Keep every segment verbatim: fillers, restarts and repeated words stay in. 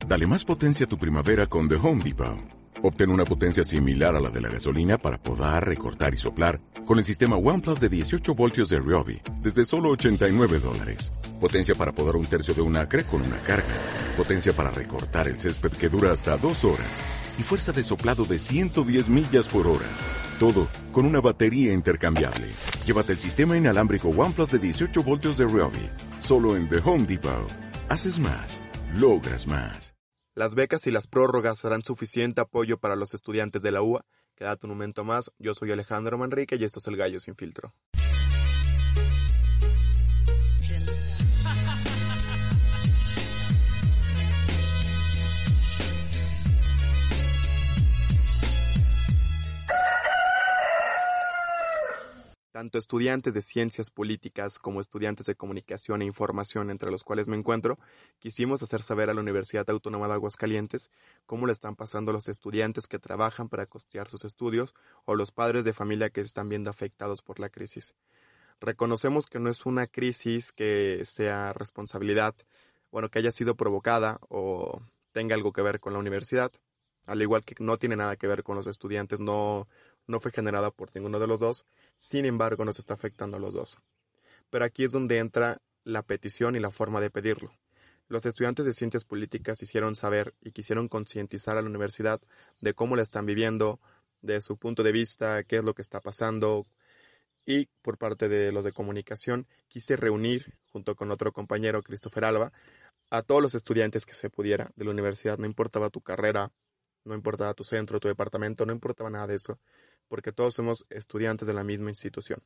Dale más potencia a tu primavera con The Home Depot. Obtén una potencia similar a la de la gasolina para podar, recortar y soplar con el sistema OnePlus de dieciocho voltios de Ryobi desde solo ochenta y nueve dólares. Potencia para podar un tercio de un acre con una carga. Potencia para recortar el césped que dura hasta dos horas. Y fuerza de soplado de ciento diez millas por hora. Todo con una batería intercambiable. Llévate el sistema inalámbrico OnePlus de dieciocho voltios de Ryobi. Solo en The Home Depot. Haces más. Logras más. Las becas y las prórrogas serán suficiente apoyo para los estudiantes de la U A. Quédate un momento más. Yo soy Alejandro Manrique y esto es El Gallo Sin Filtro. Tanto estudiantes de ciencias políticas como estudiantes de comunicación e información, entre los cuales me encuentro, quisimos hacer saber a la Universidad Autónoma de Aguascalientes cómo le están pasando a los estudiantes que trabajan para costear sus estudios o los padres de familia que se están viendo afectados por la crisis. Reconocemos que no es una crisis que sea responsabilidad, bueno, que haya sido provocada o tenga algo que ver con la universidad, al igual que no tiene nada que ver con los estudiantes, no... no fue generada por ninguno de los dos, sin embargo nos está afectando a los dos. Pero aquí es donde entra la petición y la forma de pedirlo. Los estudiantes de ciencias políticas hicieron saber y quisieron concientizar a la universidad de cómo la están viviendo, de su punto de vista, qué es lo que está pasando, y por parte de los de comunicación quise reunir, junto con otro compañero, Christopher Alba, a todos los estudiantes que se pudiera de la universidad, no importaba tu carrera, no importaba tu centro, tu departamento, no importaba nada de eso, porque todos somos estudiantes de la misma institución.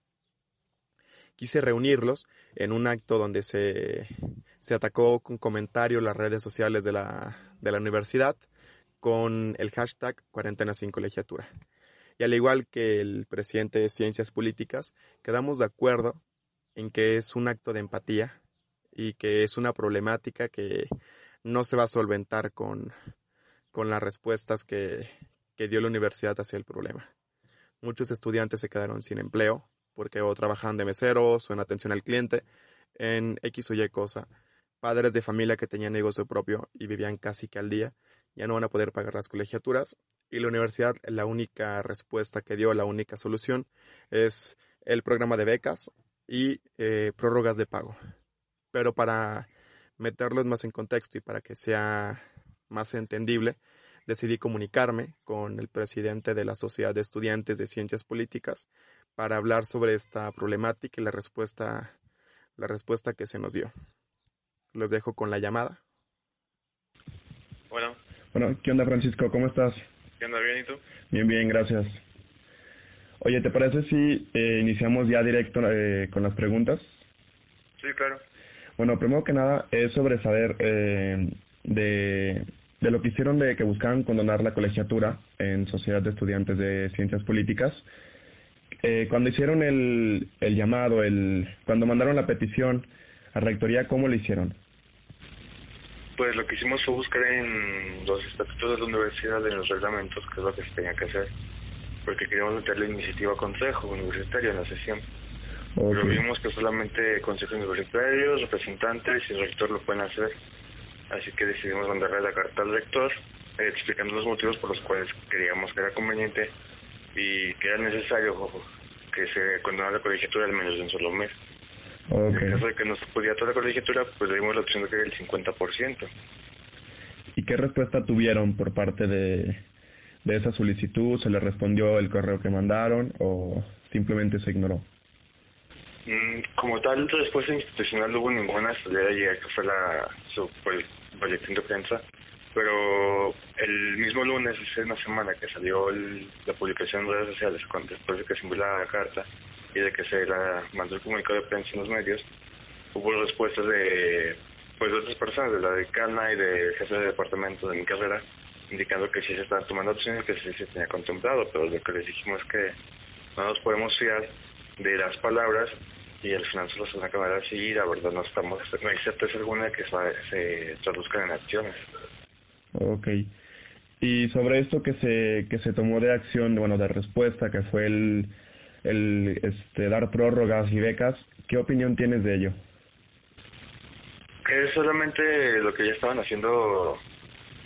Quise reunirlos en un acto donde se, se atacó con comentarios las redes sociales de la, de la universidad con el hashtag cuarentena sin colegiatura. Y al igual que el presidente de Ciencias Políticas, quedamos de acuerdo en que es un acto de empatía y que es una problemática que no se va a solventar con, con las respuestas que, que dio la universidad hacia el problema. Muchos estudiantes se quedaron sin empleo porque o trabajaban de meseros o en atención al cliente, en X o Y cosa. Padres de familia que tenían negocio propio y vivían casi que al día, ya no van a poder pagar las colegiaturas. Y la universidad, la única respuesta que dio, la única solución, es el programa de becas y eh, prórrogas de pago. Pero para meterlos más en contexto y para que sea más entendible, decidí comunicarme con el presidente de la Sociedad de Estudiantes de Ciencias Políticas para hablar sobre esta problemática y la respuesta, la respuesta que se nos dio. Los dejo con la llamada. Bueno. Bueno, ¿qué onda, Francisco? ¿Cómo estás? ¿Qué onda? ¿Bien y tú? Bien, bien, gracias. Oye, ¿te parece si eh, iniciamos ya directo eh, con las preguntas? Sí, claro. Bueno, primero que nada es sobre saber eh, de... de lo que hicieron de que buscaban condonar la colegiatura en Sociedad de Estudiantes de Ciencias Políticas. Eh, cuando hicieron el, el llamado, el cuando mandaron la petición a Rectoría, ¿cómo lo hicieron? Pues lo que hicimos fue buscar en los estatutos de la universidad, en los reglamentos, qué es lo que se tenía que hacer, porque queríamos meter la iniciativa a consejo universitario en la sesión. Okay. Pero vimos que solamente consejos universitarios, representantes y el rector lo pueden hacer. Así que decidimos mandarle la carta al rector eh, explicando los motivos por los cuales creíamos que era conveniente y que era necesario ojo, que se condonara la colegiatura al menos de un solo mes. Okay. En caso de que no se pudiera toda la colegiatura, pues le dimos la opción de que era el cincuenta por ciento. ¿Y qué respuesta tuvieron por parte de, de esa solicitud? ¿Se les respondió el correo que mandaron o simplemente se ignoró? Como tal, respuesta institucional no hubo ninguna hasta el día de ayer, que fue la su pues, boletín de prensa, pero el mismo lunes, hace una semana que salió el, la publicación en redes sociales, con, después de que se envió la carta y de que se la mandó el comunicado de prensa en los medios, hubo respuestas de pues de otras personas, de la decana y del jefe de departamento de mi carrera, indicando que sí se estaban tomando opciones, que sí se tenía contemplado, pero lo que les dijimos es que no nos podemos fiar de las palabras y al final solo se van a acabar así y la verdad no estamos, no hay certeza alguna de que se traduzcan en acciones. Ok. Y sobre esto que se que se tomó de acción, bueno, de respuesta, que fue el, el este dar prórrogas y becas, ¿qué opinión tienes de ello? Que es solamente lo que ya estaban haciendo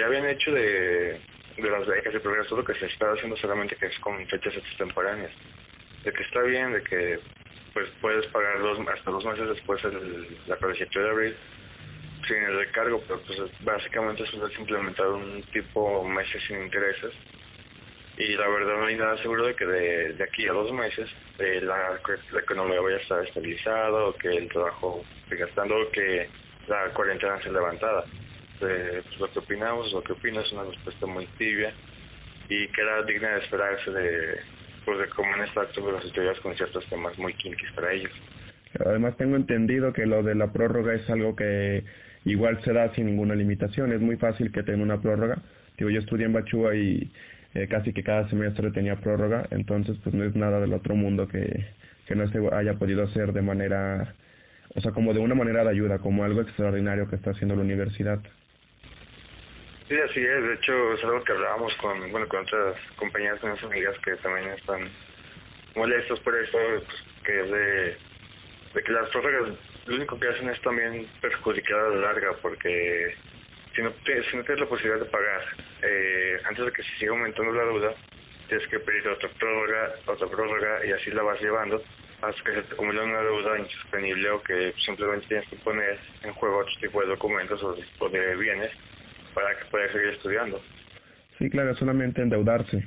ya habían hecho de, de las becas y progreso, lo que se está haciendo solamente que es con fechas extemporáneas. De que está bien, de que pues puedes pagar dos, hasta dos meses después el, la colegiatura de abril sin el recargo, pero pues básicamente eso es implementar un tipo meses sin intereses. Y la verdad no hay nada seguro de que de, de aquí a dos meses eh, la, la economía vaya a estar estabilizada, o que el trabajo siga estando, o que la cuarentena sea levantada. Eh, pues lo que opinamos, lo que opino es una respuesta muy tibia y que era digna de esperarse de, pues de cómo en este acto de las autoridades con ciertos temas muy kinkies para ellos. Además tengo entendido que lo de la prórroga es algo que igual se da sin ninguna limitación, es muy fácil que tenga una prórroga. Digo, yo estudié en Bachúa y eh, casi que cada semestre tenía prórroga, entonces pues no es nada del otro mundo que, que no se haya podido hacer de manera, o sea, como de una manera de ayuda, como algo extraordinario que está haciendo la universidad. Sí, así es. De hecho, es algo que hablábamos con, bueno, con otras compañeras, con unas amigas que también están molestos por eso, pues, que es de, de que las prórrogas lo único que hacen es también perjudicar a la larga, porque si no, te, si no tienes la posibilidad de pagar, eh, antes de que se siga aumentando la deuda, tienes que pedir otra prórroga, otra prórroga, y así la vas llevando hasta que se te acumula una deuda insostenible, o que simplemente tienes que poner en juego otro tipo de documentos o de, o de bienes para que puedas seguir estudiando. Sí, claro, solamente endeudarse.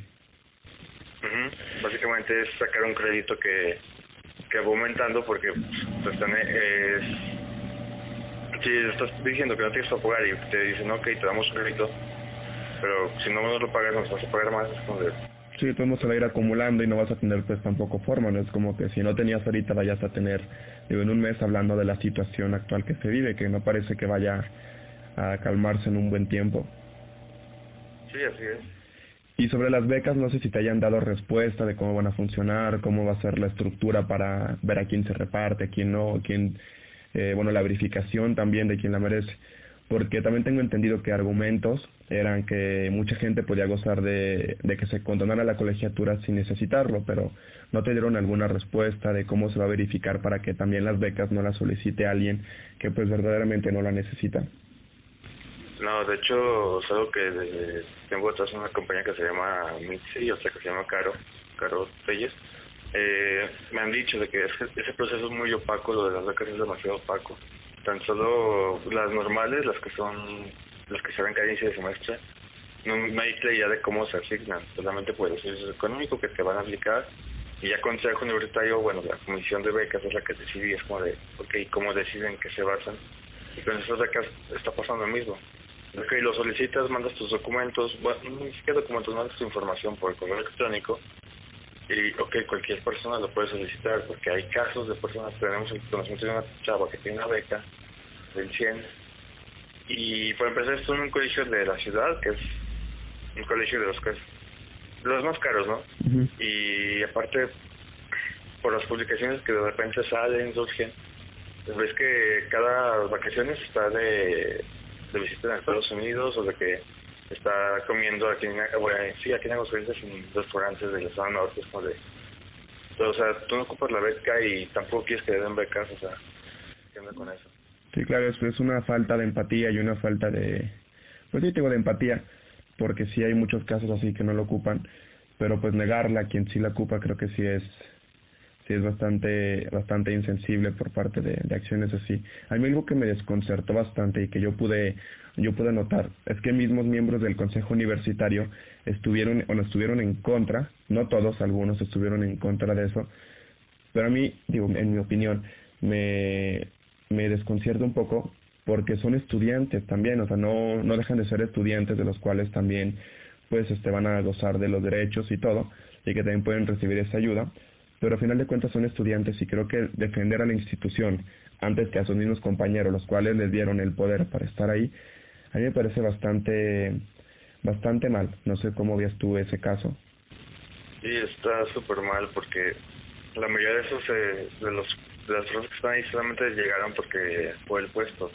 Uh-huh. Básicamente es sacar un crédito que, que va aumentando, porque pues, están, es, si estás diciendo que no tienes para pagar y te dicen, ok, te damos un crédito, pero si no nos lo pagas, nos vas a pagar más. Es como de... Sí, tú no se va a ir acumulando y no vas a tener pues tampoco forma, no es como que si no tenías ahorita vayas a tener, digo, en un mes, hablando de la situación actual que se vive, que no parece que vaya a calmarse en un buen tiempo. Sí, así es. Y sobre las becas, no sé si te hayan dado respuesta de cómo van a funcionar, cómo va a ser la estructura para ver a quién se reparte, a quién no, a quién, eh, bueno, la verificación también de quién la merece. Porque también tengo entendido que argumentos eran que mucha gente podía gozar de, de que se condonara la colegiatura sin necesitarlo, pero no te dieron alguna respuesta de cómo se va a verificar para que también las becas no las solicite alguien que pues verdaderamente no la necesita. No, de hecho, es algo que de, tengo atrás una compañía que se llama Mitzi y otra que se llama Caro, Caro Telles. Eh, me han dicho de que ese, ese proceso es muy opaco, lo de las becas es demasiado opaco. Tan solo las normales, las que son, las que se ven cada inicio de semestre, no, no hay claridad de cómo se asignan, solamente por el servicio económico que te van a aplicar, y ya consejo universitario, bueno, la comisión de becas es la que decide, es como de, ok, ¿cómo deciden qué se basan? Y con esas becas está pasando lo mismo. Ok, lo solicitas, mandas tus documentos, bueno, ni siquiera documentos, mandas tu información por correo electrónico, y ok, cualquier persona lo puede solicitar, porque hay casos de personas, tenemos el conocimiento de una chava que tiene una beca del cien, y por empezar esto en un colegio de la ciudad, que es un colegio de los que es, los más caros, ¿no? Uh-huh. Y aparte, por las publicaciones que de repente salen, surgen, ves que cada vacaciones está de, de visita en Estados Unidos, o de que está comiendo aquí en, bueno, sí, aquí en Aguascalientes en restaurantes de la zona norte, es como de, o sea, tú no ocupas la beca y tampoco quieres que te den becas, o sea, ¿qué onda con eso? Sí, claro, es, es una falta de empatía y una falta de, pues sí, tengo de empatía, porque sí hay muchos casos así que no lo ocupan, pero pues negarla a quien sí la ocupa creo que sí es, sí es bastante, bastante insensible por parte de, de acciones así. A mí algo que me desconcertó bastante y que yo pude, yo pude notar es que mismos miembros del Consejo Universitario estuvieron, o no estuvieron en contra, no todos, algunos estuvieron en contra de eso, pero a mí, digo, en mi opinión, me, me desconcierta un poco porque son estudiantes también, o sea, no, no dejan de ser estudiantes de los cuales también pues este van a gozar de los derechos y todo, y que también pueden recibir esa ayuda, pero al final de cuentas son estudiantes y creo que defender a la institución antes que a sus mismos compañeros, los cuales les dieron el poder para estar ahí, a mí me parece bastante bastante mal. No sé cómo veas tú ese caso. Sí, está súper mal porque la mayoría de esos eh, de los de las personas que están ahí solamente llegaron porque fue el puesto.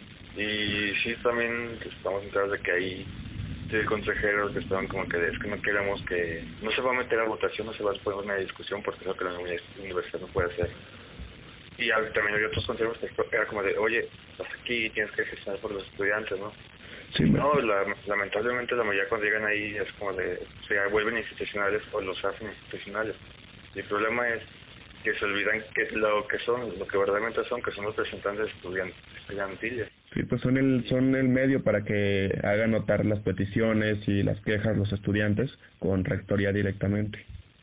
Y sí, también estamos enterados de que hay sí, consejeros que estaban como que es que no queremos que no se va a meter a votación, no se va a poner una discusión porque es lo que la universidad no puede hacer. Y también había otros consejeros que era como de, oye, estás aquí, tienes que gestionar por los estudiantes, ¿no? Sí, me... No, la, lamentablemente la mayoría cuando llegan ahí es como de, se vuelven institucionales o los hacen institucionales. Y el problema es que se olvidan que lo que son, lo que verdaderamente son, que son los representantes estudiantes, estudiantiles. Sí, pues son el, son el medio para que hagan notar las peticiones y las quejas los estudiantes con rectoría directamente.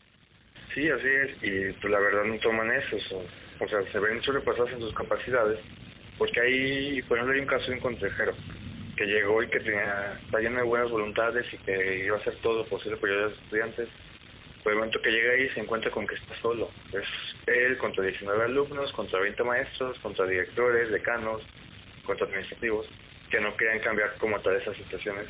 Sí, así es, y pues la verdad no toman eso, o, o sea, se ven sobrepasados en sus capacidades, porque ahí, por ejemplo, hay un caso de un consejero que llegó y que tenía, está lleno de buenas voluntades y que iba a hacer todo lo posible por ayudar a los estudiantes. Por el momento que llega ahí se encuentra con que está solo. Es él contra diecinueve alumnos, contra veinte maestros, contra directores, decanos, contra administrativos, que no querían cambiar como tal esas situaciones.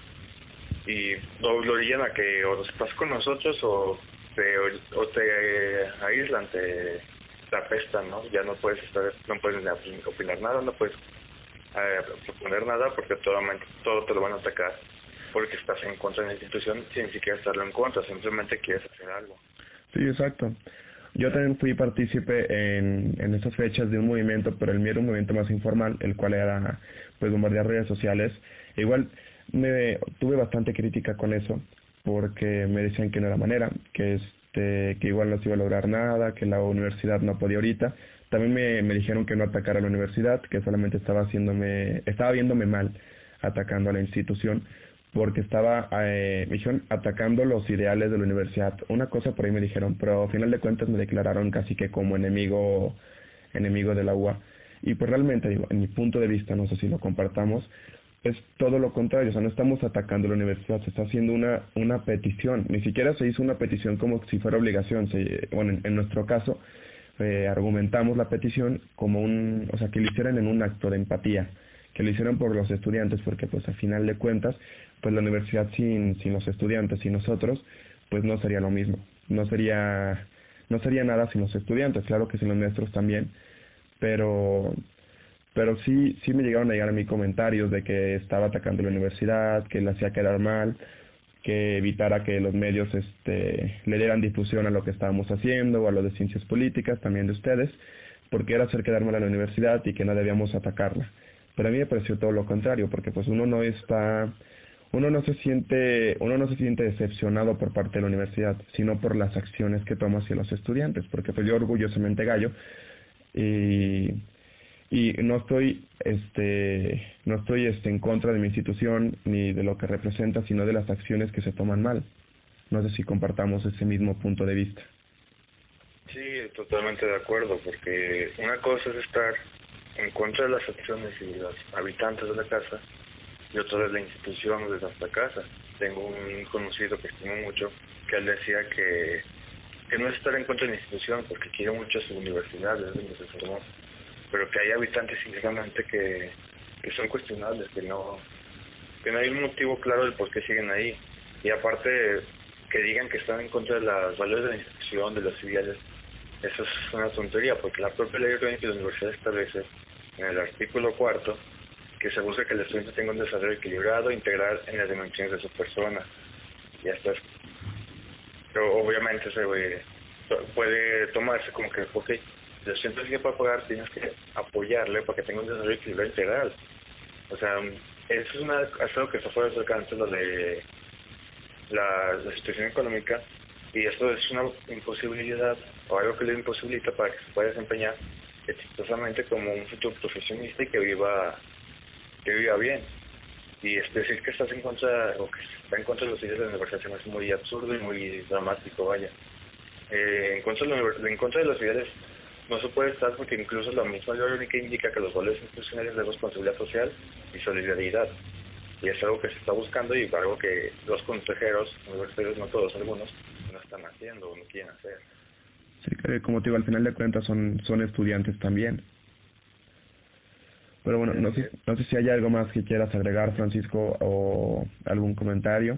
Y lo, lo orillan a que o estás con nosotros o te, o te aíslan, te, te apestan, ¿no? Ya no puedes estar, no puedes opinar nada, no puedes eh, proponer nada porque todo, todo te lo van a atacar. Porque estás en contra de la institución sin ni siquiera estarlo en contra, simplemente quieres hacer algo. Sí, exacto. Yo también fui partícipe en, en esas fechas de un movimiento, pero el mío era un movimiento más informal, el cual era pues bombardear redes sociales. E igual me tuve bastante crítica con eso, porque me decían que no era manera, que este que igual no se iba a lograr nada, que la universidad no podía ahorita. También me, me dijeron que no atacara a la universidad, que solamente estaba haciéndome, estaba viéndome mal atacando a la institución, porque estaba, eh, me dijeron, atacando los ideales de la universidad. Una cosa por ahí me dijeron, pero al final de cuentas me declararon casi que como enemigo enemigo de la U A. Y pues realmente, digo, en mi punto de vista, no sé si lo compartamos, es todo lo contrario. O sea, no estamos atacando la universidad, se está haciendo una una petición. Ni siquiera se hizo una petición como si fuera obligación. Se, bueno, en, en nuestro caso, eh, argumentamos la petición como un, o sea, que lo hicieran en un acto de empatía, que lo hicieran por los estudiantes, porque pues a final de cuentas, pues la universidad sin sin los estudiantes y nosotros, pues no sería lo mismo, no sería no sería nada sin los estudiantes, claro que sin los maestros también, pero pero sí sí me llegaron a llegar a mí comentarios de que estaba atacando la universidad, que le hacía quedar mal, que evitara que los medios este le dieran difusión a lo que estábamos haciendo o a lo de ciencias políticas, también de ustedes, porque era hacer quedar mal a la universidad y que no debíamos atacarla. Pero a mí me pareció todo lo contrario, porque pues uno no está, uno no se siente, uno no se siente decepcionado por parte de la universidad, sino por las acciones que toma hacia los estudiantes, porque pues yo orgullosamente gallo y y no estoy este no estoy este en contra de mi institución ni de lo que representa, sino de las acciones que se toman mal. No sé si compartamos ese mismo punto de vista. Sí, totalmente de acuerdo, porque una cosa es estar en contra de las acciones y de los habitantes de la casa, y otra es la institución de nuestra casa. Tengo un conocido que estimo mucho, que él decía que, que no es estar en contra de la institución, porque quiere mucho su universidad, es donde se formó, pero que hay habitantes sinceramente que, que son cuestionables, que no que no hay un motivo claro del por qué siguen ahí. Y aparte, que digan que están en contra de los valores de la institución, de los ideales, eso es una tontería, porque la propia ley orgánica de la universidad establece en el artículo cuarto que se busca que el estudiante tenga un desarrollo equilibrado e integral en las dimensiones de su persona. Ya está. Pero obviamente se puede tomarse como que, ok, el estudiante sigue para pagar, tienes que apoyarle para que tenga un desarrollo equilibrado integral. O sea, eso es, una, es algo que está fuera de su alcance, lo de la, la situación económica, y esto es una imposibilidad o algo que le imposibilita para que se pueda desempeñar exitosamente como un futuro profesionista y que viva que viva bien. Y es decir que estás en contra o que está en contra de los ideales de la universidad es muy absurdo y muy dramático, vaya. Eh, en, contra de la, en contra de los ideales no se puede estar, porque incluso la misma ley orgánica indica que los valores institucionales de responsabilidad social y solidaridad, y es algo que se está buscando y algo que los consejeros universitarios, no todos, algunos, no están haciendo o no quieren hacer. Sí, que como te digo, al final de cuentas son son estudiantes también. Pero bueno, no sé, no sé si hay algo más que quieras agregar, Francisco, o algún comentario.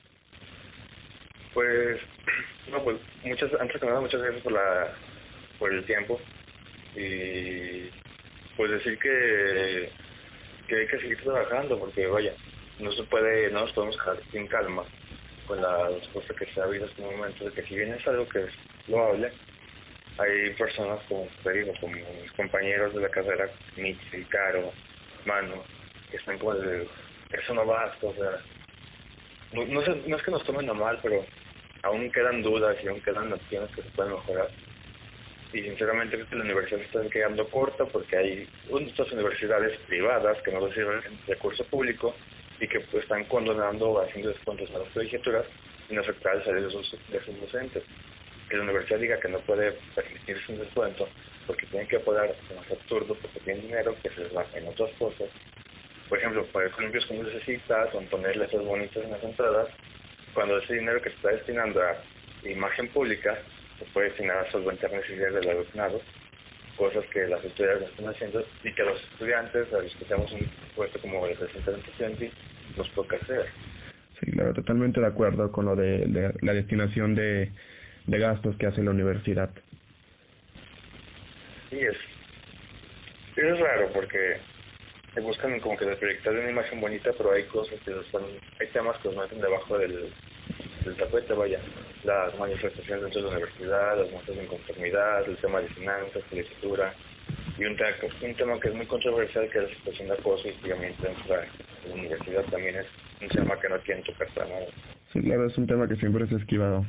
Pues, no, pues, muchas, antes que nada, muchas gracias por la por el tiempo, y pues decir que que hay que seguir trabajando, porque vaya, no se puede, no nos podemos dejar sin calma con la respuesta que se ha habido en este momento, de que si bien es algo que es loable, hay personas, como te digo, como mis compañeros de la carrera, Mitch, Caro, Mano, que están como de, eso no basta, o sea, no, no, es, no es que nos tomen a mal, pero aún quedan dudas y aún quedan opciones que se pueden mejorar. Y sinceramente creo que la universidad se está quedando corta porque hay muchas universidades privadas que no reciben recurso público y que pues, están condonando, haciendo descuentos a las colegiaturas sin afectar el salario de sus, de sus docentes. Que la universidad diga que no puede permitirse un descuento porque tienen que apoyar, es más absurdo, porque tienen dinero que se les va en otras cosas. Por ejemplo, para columpios como necesitas o poner letras bonitas en las entradas, cuando ese dinero que se está destinando a imagen pública se puede destinar a solventar necesidades del alumnado, cosas que las autoridades no están haciendo y que los estudiantes, a los que tenemos un puesto como representante estudiantil, nos toca hacer. Sí, claro, totalmente de acuerdo con lo de, de la destinación de, de gastos que hace la universidad. Sí, es, es raro porque se buscan como que proyectar una imagen bonita, pero hay cosas que los ponen, hay temas que los meten debajo del, del tapete, vaya, las manifestaciones dentro de la universidad, las muestras de inconformidad, el tema de finanzas, colegiatura, y un, tema, un tema que es muy controversial, que es la situación de acoso y hostigamiento dentro de la universidad, también es un tema que no quieren tocar para nada. Sí, claro, es un tema que siempre se ha esquivado.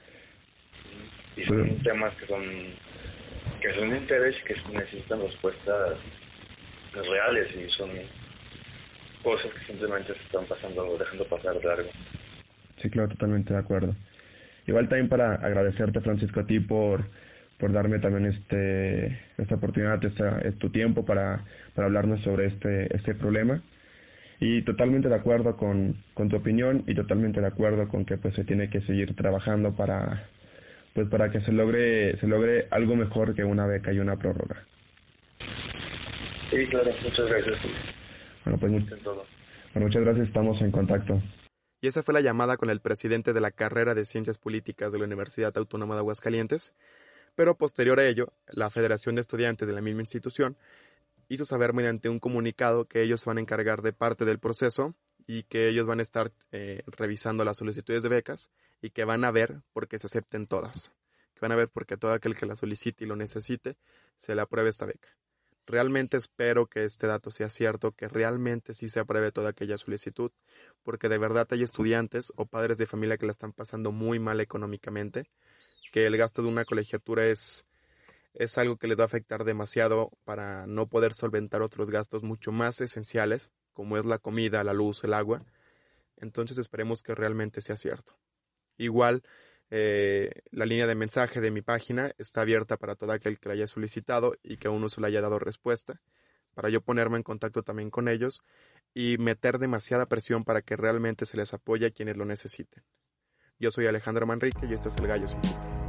Y son sí. temas que son que son de interés y que necesitan respuestas reales y son cosas que simplemente se están pasando o dejando pasar de largo. Sí, claro, totalmente de acuerdo. Igual también para agradecerte, Francisco, a ti por, por darme también este esta oportunidad, esta, tu tiempo para, para hablarnos sobre este este problema. Y totalmente de acuerdo con, con tu opinión y totalmente de acuerdo con que pues se tiene que seguir trabajando para pues para que se logre se logre algo mejor que una beca y una prórroga. Sí, claro, muchas gracias. Bueno, pues muchas, bueno, muchas gracias, estamos en contacto. Y esa fue la llamada con el presidente de la carrera de Ciencias Políticas de la Universidad Autónoma de Aguascalientes, pero posterior a ello, la Federación de Estudiantes de la misma institución hizo saber mediante un comunicado que ellos van a encargar de parte del proceso y que ellos van a estar eh, revisando las solicitudes de becas y que van a ver porque se acepten todas, que van a ver porque todo aquel que la solicite y lo necesite se le apruebe esta beca. Realmente espero que este dato sea cierto, que realmente sí se apruebe toda aquella solicitud, porque de verdad hay estudiantes o padres de familia que la están pasando muy mal económicamente, que el gasto de una colegiatura es, es algo que les va a afectar demasiado para no poder solventar otros gastos mucho más esenciales, como es la comida, la luz, el agua. Entonces esperemos que realmente sea cierto. Igual, Eh, la línea de mensaje de mi página está abierta para todo aquel que la haya solicitado y que aún no se le haya dado respuesta, para yo ponerme en contacto también con ellos y meter demasiada presión para que realmente se les apoye a quienes lo necesiten. Yo soy Alejandro Manrique y esto es El Gallo Sin Quite.